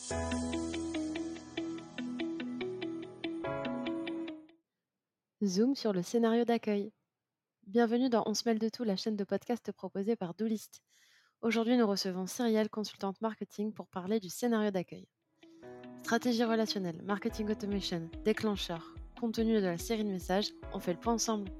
Zoom sur le scénario d'accueil. Bienvenue dans On se mêle de tout, la chaîne de podcast proposée par Doolist. Aujourd'hui, nous recevons Cyrielle, consultante marketing, pour parler du scénario d'accueil. Stratégie relationnelle, marketing automation, déclencheur, contenu de la série de messages, on fait le point ensemble.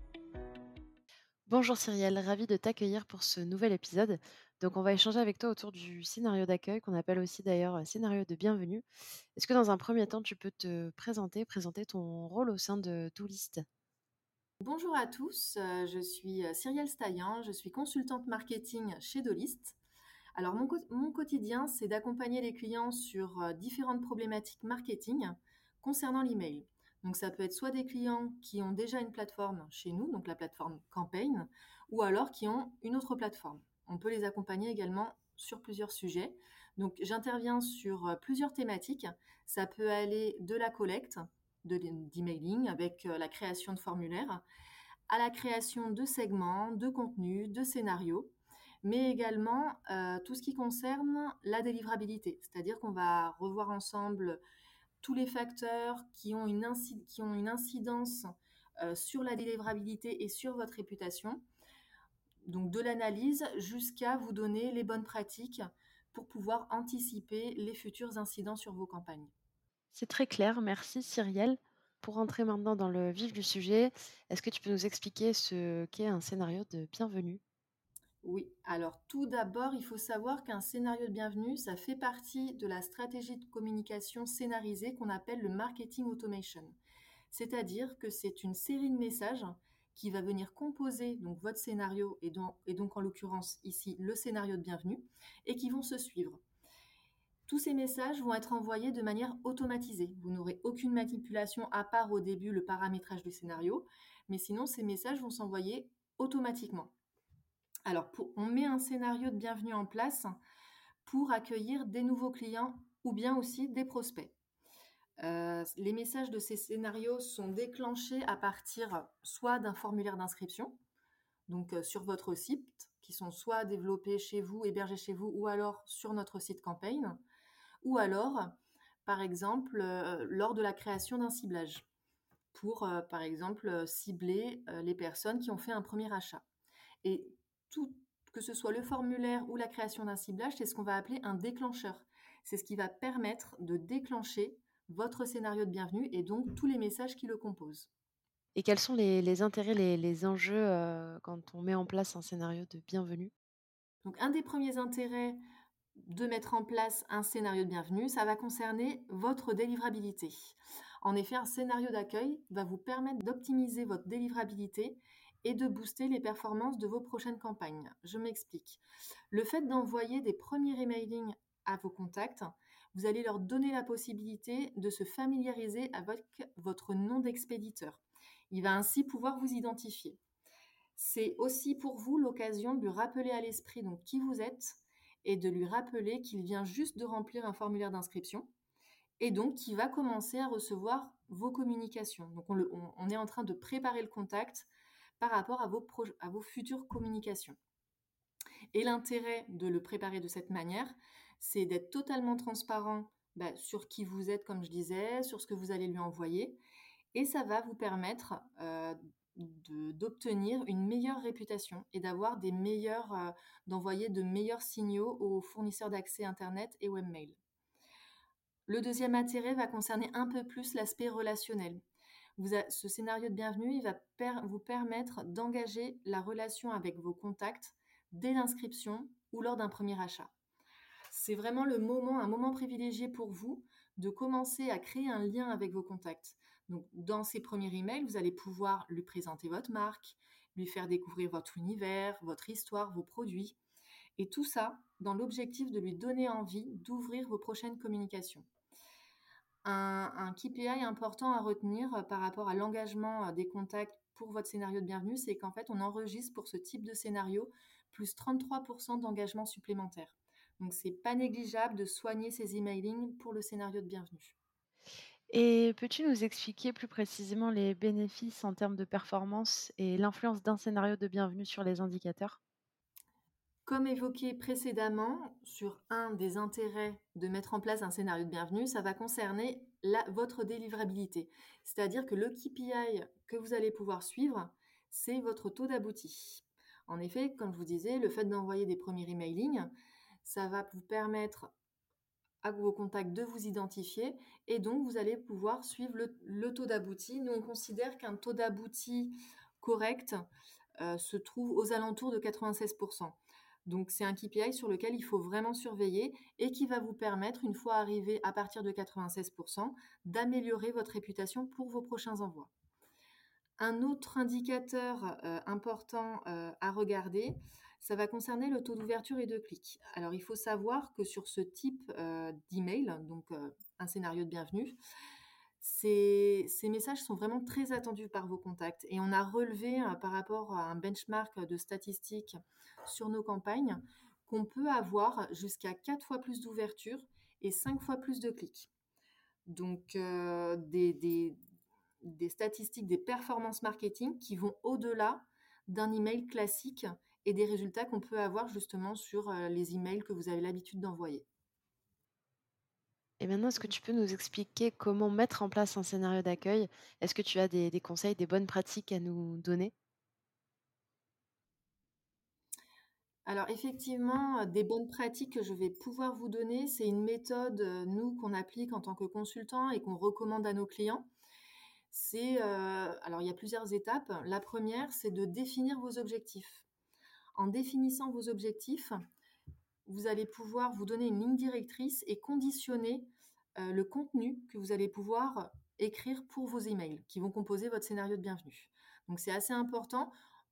Bonjour Cyrielle, ravie de t'accueillir pour ce nouvel épisode. Donc on va échanger avec toi autour du scénario d'accueil, qu'on appelle aussi d'ailleurs scénario de bienvenue. Est-ce que dans un premier temps, tu peux te présenter ton rôle au sein de Doolist? Bonjour à tous, je suis Cyrielle Staillant, je suis consultante marketing chez Doolist. Alors mon quotidien, c'est d'accompagner les clients sur différentes problématiques marketing concernant l'email. Donc ça peut être soit des clients qui ont déjà une plateforme chez nous, donc la plateforme Campaign, ou alors qui ont une autre plateforme. On peut les accompagner également sur plusieurs sujets. Donc j'interviens sur plusieurs thématiques. Ça peut aller de la collecte, d'emailing avec la création de formulaires, à la création de segments, de contenus, de scénarios, mais également tout ce qui concerne la délivrabilité. C'est-à-dire qu'on va revoir ensemble tous les facteurs qui ont une incidence sur la délivrabilité et sur votre réputation. Donc de l'analyse jusqu'à vous donner les bonnes pratiques pour pouvoir anticiper les futurs incidents sur vos campagnes. C'est très clair, merci Cyrielle. Pour entrer maintenant dans le vif du sujet, est-ce que tu peux nous expliquer ce qu'est un scénario de bienvenue? Oui, alors tout d'abord, il faut savoir qu'un scénario de bienvenue, ça fait partie de la stratégie de communication scénarisée qu'on appelle le marketing automation. C'est-à-dire que c'est une série de messages qui va venir composer donc votre scénario et donc en l'occurrence ici le scénario de bienvenue et qui vont se suivre. Tous ces messages vont être envoyés de manière automatisée. Vous n'aurez aucune manipulation à part au début le paramétrage du scénario, mais sinon ces messages vont s'envoyer automatiquement. Alors, on met un scénario de bienvenue en place pour accueillir des nouveaux clients ou bien aussi des prospects. Les messages de ces scénarios sont déclenchés à partir soit d'un formulaire d'inscription, donc sur votre site, qui sont soit développés chez vous, hébergés chez vous, ou alors sur notre site Campaign, ou alors, par exemple, lors de la création d'un ciblage, pour, par exemple, cibler les personnes qui ont fait un premier achat. Et tout, que ce soit le formulaire ou la création d'un ciblage, c'est ce qu'on va appeler un déclencheur. C'est ce qui va permettre de déclencher votre scénario de bienvenue et donc tous les messages qui le composent. Et quels sont les intérêts, les enjeux quand on met en place un scénario de bienvenue? Donc un des premiers intérêts de mettre en place un scénario de bienvenue, ça va concerner votre délivrabilité. En effet, un scénario d'accueil va vous permettre d'optimiser votre délivrabilité et de booster les performances de vos prochaines campagnes. Je m'explique. Le fait d'envoyer des premiers emailing à vos contacts, vous allez leur donner la possibilité de se familiariser avec votre nom d'expéditeur. Il va ainsi pouvoir vous identifier. C'est aussi pour vous l'occasion de lui rappeler à l'esprit donc qui vous êtes et de lui rappeler qu'il vient juste de remplir un formulaire d'inscription et donc qu'il va commencer à recevoir vos communications. Donc on est en train de préparer le contact par rapport à vos futures communications. Et l'intérêt de le préparer de cette manière, c'est d'être totalement transparent sur qui vous êtes, comme je disais, sur ce que vous allez lui envoyer. Et ça va vous permettre d'obtenir une meilleure réputation et d'envoyer de meilleurs signaux aux fournisseurs d'accès Internet et webmail. Le deuxième intérêt va concerner un peu plus l'aspect relationnel. Ce scénario de bienvenue, il va vous permettre d'engager la relation avec vos contacts dès l'inscription ou lors d'un premier achat. C'est vraiment un moment privilégié pour vous de commencer à créer un lien avec vos contacts. Donc, dans ces premiers emails, vous allez pouvoir lui présenter votre marque, lui faire découvrir votre univers, votre histoire, vos produits. Et tout ça dans l'objectif de lui donner envie d'ouvrir vos prochaines communications. Un KPI important à retenir par rapport à l'engagement des contacts pour votre scénario de bienvenue, c'est qu'en fait, on enregistre pour ce type de scénario plus 33% d'engagement supplémentaire. Donc, c'est pas négligeable de soigner ces emailing pour le scénario de bienvenue. Et peux-tu nous expliquer plus précisément les bénéfices en termes de performance et l'influence d'un scénario de bienvenue sur les indicateurs? Comme évoqué précédemment, sur un des intérêts de mettre en place un scénario de bienvenue, ça va concerner votre délivrabilité. C'est-à-dire que le KPI que vous allez pouvoir suivre, c'est votre taux d'abouti. En effet, comme je vous disais, le fait d'envoyer des premiers emailing, ça va vous permettre à vos contacts de vous identifier et donc vous allez pouvoir suivre le taux d'abouti. Nous, on considère qu'un taux d'abouti correct se trouve aux alentours de 96%. Donc c'est un KPI sur lequel il faut vraiment surveiller et qui va vous permettre, une fois arrivé à partir de 96%, d'améliorer votre réputation pour vos prochains envois. Un autre indicateur important à regarder, ça va concerner le taux d'ouverture et de clic. Alors il faut savoir que sur ce type d'email, donc un scénario de bienvenue, ces messages sont vraiment très attendus par vos contacts et on a relevé par rapport à un benchmark de statistiques sur nos campagnes qu'on peut avoir jusqu'à 4 fois plus d'ouverture et 5 fois plus de clics. Donc des statistiques, des performances marketing qui vont au-delà d'un email classique et des résultats qu'on peut avoir justement sur les emails que vous avez l'habitude d'envoyer. Et maintenant, est-ce que tu peux nous expliquer comment mettre en place un scénario d'accueil? Est-ce que tu as des conseils, des bonnes pratiques à nous donner? Alors effectivement, des bonnes pratiques que je vais pouvoir vous donner, c'est une méthode, nous, qu'on applique en tant que consultant et qu'on recommande à nos clients. Alors il y a plusieurs étapes. La première, c'est de définir vos objectifs. En définissant vos objectifs, vous allez pouvoir vous donner une ligne directrice et conditionner le contenu que vous allez pouvoir écrire pour vos emails qui vont composer votre scénario de bienvenue. Donc c'est assez important.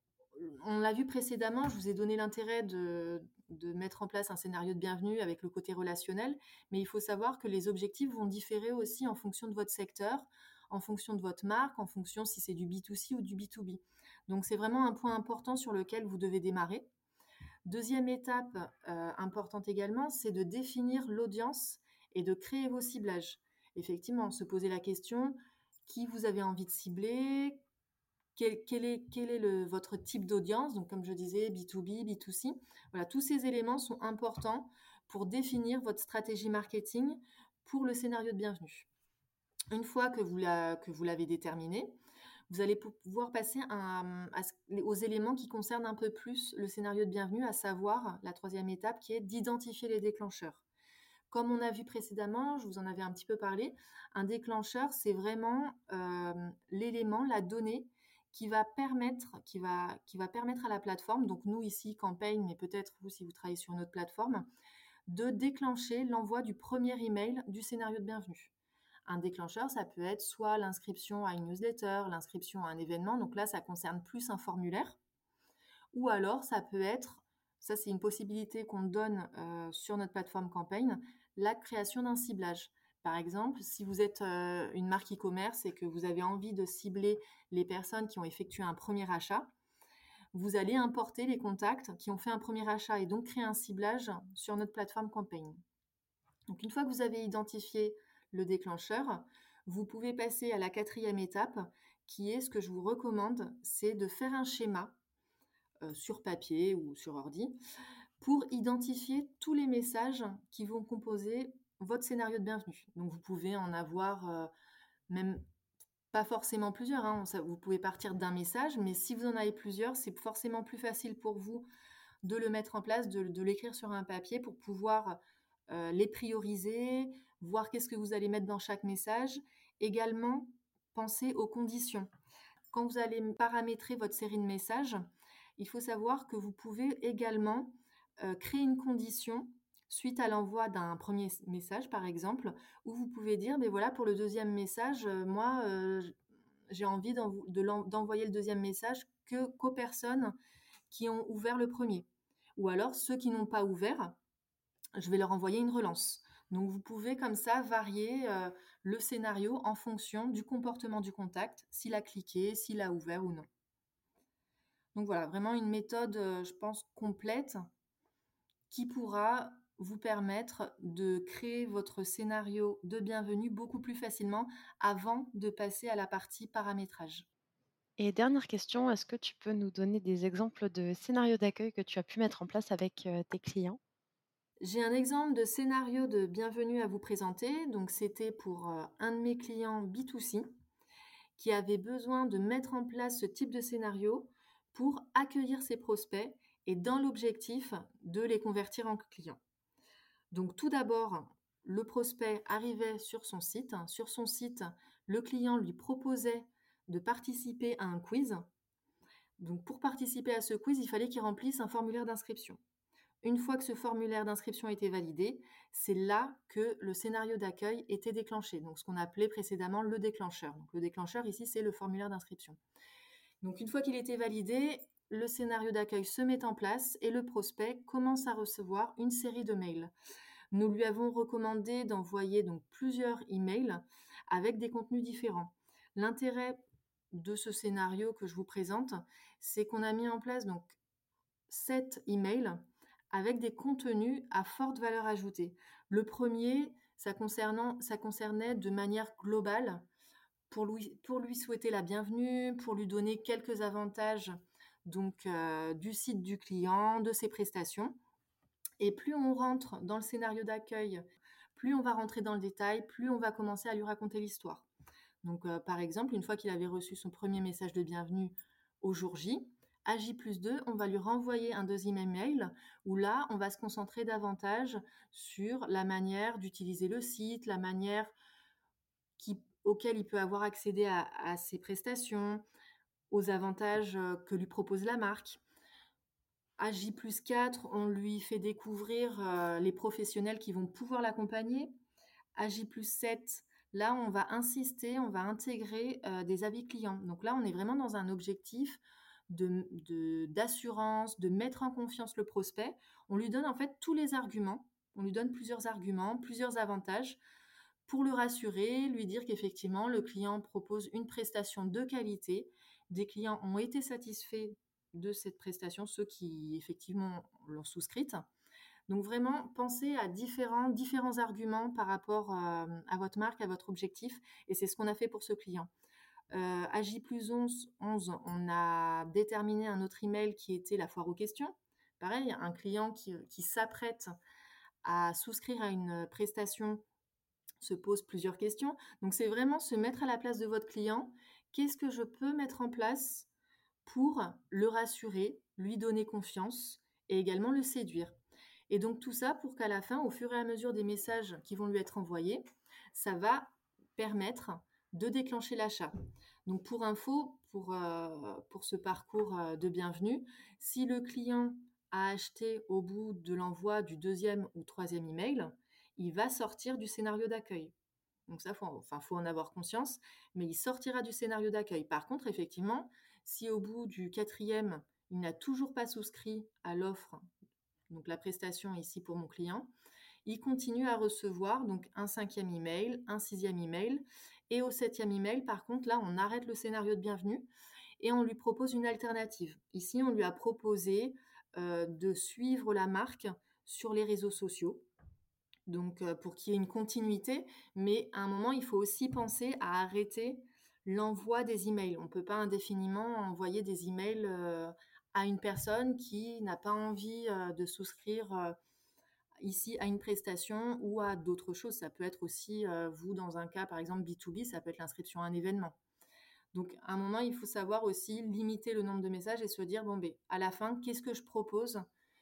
On l'a vu précédemment, je vous ai donné l'intérêt de mettre en place un scénario de bienvenue avec le côté relationnel, mais il faut savoir que les objectifs vont différer aussi en fonction de votre secteur, en fonction de votre marque, en fonction si c'est du B2C ou du B2B. Donc c'est vraiment un point important sur lequel vous devez démarrer. Deuxième étape importante également, c'est de définir l'audience et de créer vos ciblages. Effectivement, se poser la question, qui vous avez envie de cibler, quel est votre type d'audience, donc comme je disais, B2B, B2C. Voilà, tous ces éléments sont importants pour définir votre stratégie marketing pour le scénario de bienvenue. Une fois que vous l'avez déterminé, vous allez pouvoir passer aux éléments qui concernent un peu plus le scénario de bienvenue, à savoir la troisième étape qui est d'identifier les déclencheurs. Comme on a vu précédemment, je vous en avais un petit peu parlé, un déclencheur, c'est vraiment l'élément, la donnée qui va permettre à la plateforme, donc nous ici Campaign, mais peut-être vous si vous travaillez sur une autre plateforme, de déclencher l'envoi du premier email du scénario de bienvenue. Un déclencheur, ça peut être soit l'inscription à une newsletter, l'inscription à un événement, donc là ça concerne plus un formulaire, ou alors ça peut être, ça c'est une possibilité qu'on donne sur notre plateforme Campaign, la création d'un ciblage. Par exemple, si vous êtes une marque e-commerce et que vous avez envie de cibler les personnes qui ont effectué un premier achat, vous allez importer les contacts qui ont fait un premier achat et donc créer un ciblage sur notre plateforme Campaign. Donc une fois que vous avez identifié le déclencheur, vous pouvez passer à la quatrième étape qui est ce que je vous recommande, c'est de faire un schéma sur papier ou sur ordi pour identifier tous les messages qui vont composer votre scénario de bienvenue. Donc vous pouvez en avoir même pas forcément plusieurs, hein. Vous pouvez partir d'un message, mais si vous en avez plusieurs, c'est forcément plus facile pour vous de le mettre en place, de l'écrire sur un papier pour pouvoir les prioriser, voir qu'est-ce que vous allez mettre dans chaque message. Également, pensez aux conditions. Quand vous allez paramétrer votre série de messages, il faut savoir que vous pouvez également créer une condition suite à l'envoi d'un premier message, par exemple, où vous pouvez dire, ben voilà, pour le deuxième message, moi, j'ai envie d'envoyer le deuxième message qu'aux personnes qui ont ouvert le premier. Ou alors, ceux qui n'ont pas ouvert, je vais leur envoyer une relance. Donc, vous pouvez comme ça varier le scénario en fonction du comportement du contact, s'il a cliqué, s'il a ouvert ou non. Donc voilà, vraiment une méthode, je pense, complète qui pourra vous permettre de créer votre scénario de bienvenue beaucoup plus facilement avant de passer à la partie paramétrage. Et dernière question, est-ce que tu peux nous donner des exemples de scénarios d'accueil que tu as pu mettre en place avec tes clients? J'ai un exemple de scénario de bienvenue à vous présenter. Donc, c'était pour un de mes clients B2C qui avait besoin de mettre en place ce type de scénario pour accueillir ses prospects et dans l'objectif de les convertir en clients. Donc, tout d'abord, le prospect arrivait sur son site. Sur son site, le client lui proposait de participer à un quiz. Donc, pour participer à ce quiz, il fallait qu'il remplisse un formulaire d'inscription. Une fois que ce formulaire d'inscription était validé, c'est là que le scénario d'accueil était déclenché, donc ce qu'on appelait précédemment le déclencheur. Donc le déclencheur ici, c'est le formulaire d'inscription. Donc une fois qu'il était validé, le scénario d'accueil se met en place et le prospect commence à recevoir une série de mails. Nous lui avons recommandé d'envoyer donc plusieurs emails avec des contenus différents. L'intérêt de ce scénario que je vous présente, c'est qu'on a mis en place donc 7 emails avec des contenus à forte valeur ajoutée. Le premier, ça concernait de manière globale pour lui souhaiter la bienvenue, pour lui donner quelques avantages donc du site du client, de ses prestations. Et plus on rentre dans le scénario d'accueil, plus on va rentrer dans le détail, plus on va commencer à lui raconter l'histoire. Donc, par exemple, une fois qu'il avait reçu son premier message de bienvenue au jour J, à J+2, on va lui renvoyer un deuxième email où là, on va se concentrer davantage sur la manière d'utiliser le site, la manière auquel il peut avoir accédé à ses prestations, aux avantages que lui propose la marque. À J+4, on lui fait découvrir les professionnels qui vont pouvoir l'accompagner. À J+7, là, on va insister, on va intégrer des avis clients. Donc là, on est vraiment dans un objectif d'assurance, de mettre en confiance le prospect. On lui donne en fait tous les arguments. On lui donne plusieurs arguments, plusieurs avantages pour le rassurer, lui dire qu'effectivement, le client propose une prestation de qualité. Des clients ont été satisfaits de cette prestation, ceux qui effectivement l'ont souscrite. Donc vraiment, pensez à différents arguments par rapport à votre marque, à votre objectif. Et c'est ce qu'on a fait pour ce client. À J+11, on a déterminé un autre email qui était la foire aux questions. Pareil, un client qui s'apprête à souscrire à une prestation se pose plusieurs questions. Donc c'est vraiment se mettre à la place de votre client. Qu'est-ce que je peux mettre en place pour le rassurer, lui donner confiance et également le séduire? Et donc tout ça pour qu'à la fin, au fur et à mesure des messages qui vont lui être envoyés, ça va permettre de déclencher l'achat. Donc pour info, pour ce parcours de bienvenue, si le client a acheté au bout de l'envoi du deuxième ou troisième email, il va sortir du scénario d'accueil. Donc ça, faut en avoir conscience, mais il sortira du scénario d'accueil. Par contre, effectivement, si au bout du quatrième, il n'a toujours pas souscrit à l'offre, donc la prestation ici pour mon client, il continue à recevoir donc un cinquième email, un sixième email, et au septième email, par contre, là, on arrête le scénario de bienvenue et on lui propose une alternative. Ici, on lui a proposé de suivre la marque sur les réseaux sociaux. Donc, pour qu'il y ait une continuité, mais à un moment, il faut aussi penser à arrêter l'envoi des emails. On ne peut pas indéfiniment envoyer des emails à une personne qui n'a pas envie de souscrire ici à une prestation ou à d'autres choses. Ça peut être aussi, vous, dans un cas, par exemple, B2B, ça peut être l'inscription à un événement. Donc, à un moment, il faut savoir aussi limiter le nombre de messages et se dire, bon, ben, à la fin, qu'est-ce que je propose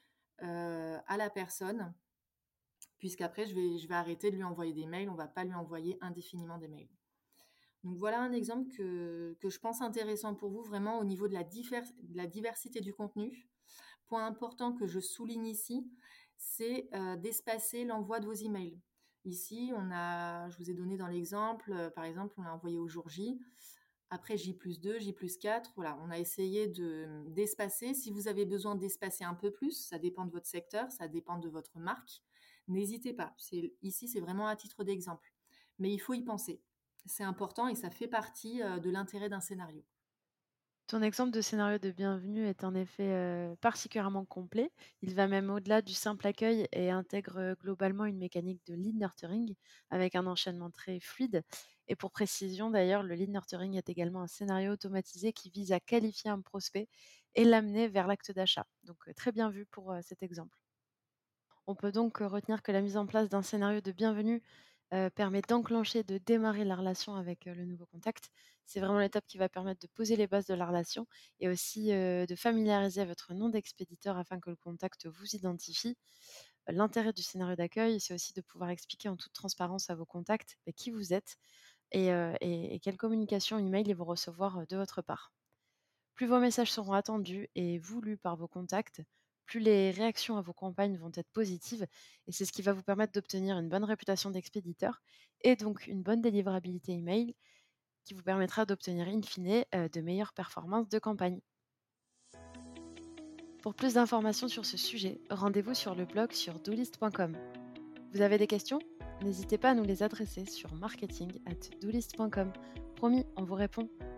à la personne, puisqu'après, je vais arrêter de lui envoyer des mails, on ne va pas lui envoyer indéfiniment des mails. Donc voilà un exemple que je pense intéressant pour vous, vraiment au niveau de la diversité du contenu. Point important que je souligne ici, c'est d'espacer l'envoi de vos emails. Ici, je vous ai donné dans l'exemple, par exemple, on l'a envoyé au jour J, après J+2, J+4, voilà, on a essayé d'espacer. Si vous avez besoin d'espacer un peu plus, ça dépend de votre secteur, ça dépend de votre marque, n'hésitez pas. Ici, c'est vraiment à titre d'exemple. Mais il faut y penser. C'est important et ça fait partie de l'intérêt d'un scénario. Ton exemple de scénario de bienvenue est en effet particulièrement complet. Il va même au-delà du simple accueil et intègre globalement une mécanique de lead nurturing avec un enchaînement très fluide. Et pour précision d'ailleurs, le lead nurturing est également un scénario automatisé qui vise à qualifier un prospect et l'amener vers l'acte d'achat. Donc très bien vu pour cet exemple. On peut donc retenir que la mise en place d'un scénario de bienvenue, permet d'enclencher, de démarrer la relation avec, le nouveau contact. C'est vraiment l'étape qui va permettre de poser les bases de la relation et aussi, de familiariser votre nom d'expéditeur afin que le contact vous identifie. L'intérêt du scénario d'accueil, c'est aussi de pouvoir expliquer en toute transparence à vos contacts, qui vous êtes et quelle communication email ils vont recevoir, de votre part. Plus vos messages seront attendus et voulus par vos contacts, plus les réactions à vos campagnes vont être positives et c'est ce qui va vous permettre d'obtenir une bonne réputation d'expéditeur et donc une bonne délivrabilité email qui vous permettra d'obtenir in fine de meilleures performances de campagne. Pour plus d'informations sur ce sujet, rendez-vous sur le blog sur doolist.com. Vous avez des questions? N'hésitez pas à nous les adresser sur marketing@doolist.com. Promis, on vous répond.